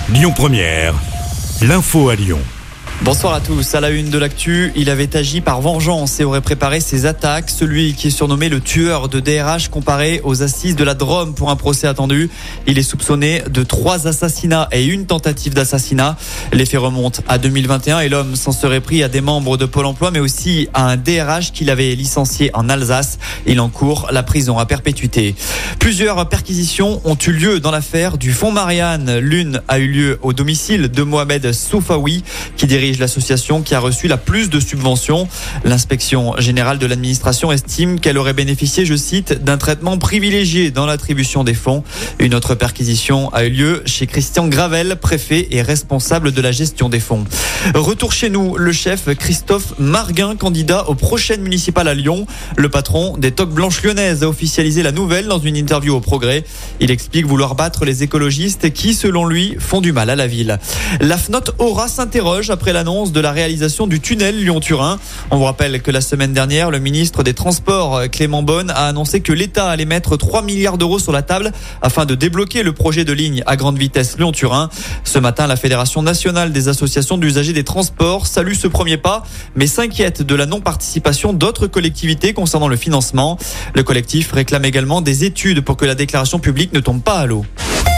Lyon Première, l'info à Lyon. Bonsoir à tous. À la une de l'actu, il avait agi par vengeance et aurait préparé ses attaques. Celui qui est surnommé le tueur de DRH comparé aux assises de la Drôme pour un procès attendu. Il est soupçonné de 3 assassinats et une tentative d'assassinat. Les faits remontent à 2021 et l'homme s'en serait pris à des membres de Pôle emploi mais aussi à un DRH qu'il avait licencié en Alsace. Il encourt la prison à perpétuité. Plusieurs perquisitions ont eu lieu dans l'affaire du fonds Marianne. L'une a eu lieu au domicile de Mohamed Soufaoui qui dirige l'association qui a reçu la plus de subventions. L'inspection générale de l'administration estime qu'elle aurait bénéficié, je cite, d'un traitement privilégié dans l'attribution des fonds. Une autre perquisition a eu lieu chez Christian Gravel, préfet et responsable de la gestion des fonds. Retour chez nous, le chef Christophe Marguin, candidat aux prochaines municipales à Lyon. Le patron des Toques Blanches lyonnaises a officialisé la nouvelle dans une interview au Progrès. Il explique vouloir battre les écologistes qui, selon lui, font du mal à la ville. La FNOT Aura s'interroge après l'annonce de la réalisation du tunnel Lyon-Turin. On vous rappelle que la semaine dernière, le ministre des Transports, Clément Beaune, a annoncé que l'État allait mettre 3 milliards d'euros sur la table afin de débloquer le projet de ligne à grande vitesse Lyon-Turin. Ce matin, la Fédération nationale des associations d'usagers des transports salue ce premier pas, mais s'inquiète de la non-participation d'autres collectivités concernant le financement. Le collectif réclame également des études pour que la déclaration publique ne tombe pas à l'eau.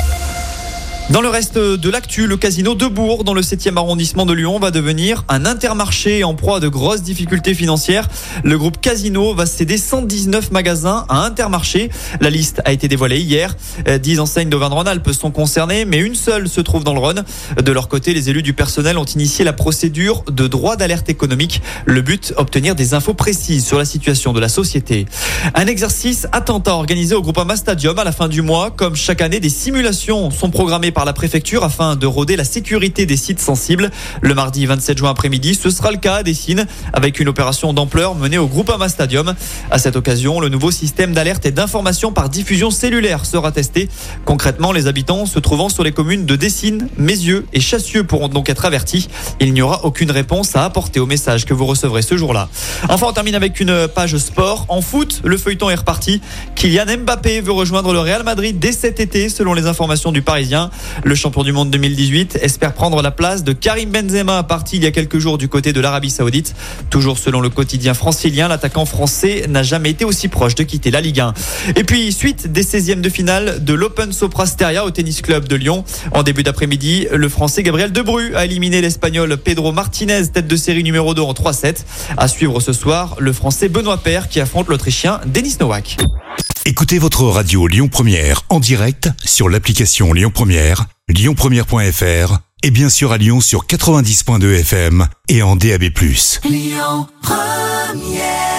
Dans le reste de l'actu, le casino de Bourg, dans le 7e arrondissement de Lyon, va devenir un Intermarché en proie à de grosses difficultés financières. Le groupe Casino va céder 119 magasins à Intermarché. La liste a été dévoilée hier. 10 enseignes d'Auvergne-Rhône-Alpes sont concernées, mais une seule se trouve dans le Rhône. De leur côté, les élus du personnel ont initié la procédure de droit d'alerte économique. Le but, obtenir des infos précises sur la situation de la société. Un exercice attentat organisé au Groupama Stadium à la fin du mois. Comme chaque année, des simulations sont programmées par la préfecture afin de rôder la sécurité des sites sensibles. Le mardi 27 juin après-midi, ce sera le cas à Dessines avec une opération d'ampleur menée au Groupama Stadium. À cette occasion, le nouveau système d'alerte et d'information par diffusion cellulaire sera testé. Concrètement, les habitants se trouvant sur les communes de Dessines, Mézieux et Chassieux pourront donc être avertis. Il n'y aura aucune réponse à apporter au message que vous recevrez ce jour-là. Enfin, on termine avec une page sport. En foot, le feuilleton est reparti. Kylian Mbappé veut rejoindre le Real Madrid dès cet été, selon les informations du Parisien. Le champion du monde 2018 espère prendre la place de Karim Benzema, parti il y a quelques jours du côté de l'Arabie Saoudite. Toujours selon le quotidien francilien, l'attaquant français n'a jamais été aussi proche de quitter la Ligue 1. Et puis, suite des 16e de finale de l'Open Sopra Steria au tennis club de Lyon. En début d'après-midi, le français Gabriel Debrue a éliminé l'espagnol Pedro Martinez, tête de série numéro 2 en 3-7. À suivre ce soir, le français Benoît Paire qui affronte l'Autrichien Denis Nowak. Écoutez votre radio Lyon Première en direct sur l'application Lyon Première, lyonpremière.fr et bien sûr à Lyon sur 90.2 FM et en DAB+. Lyon Première.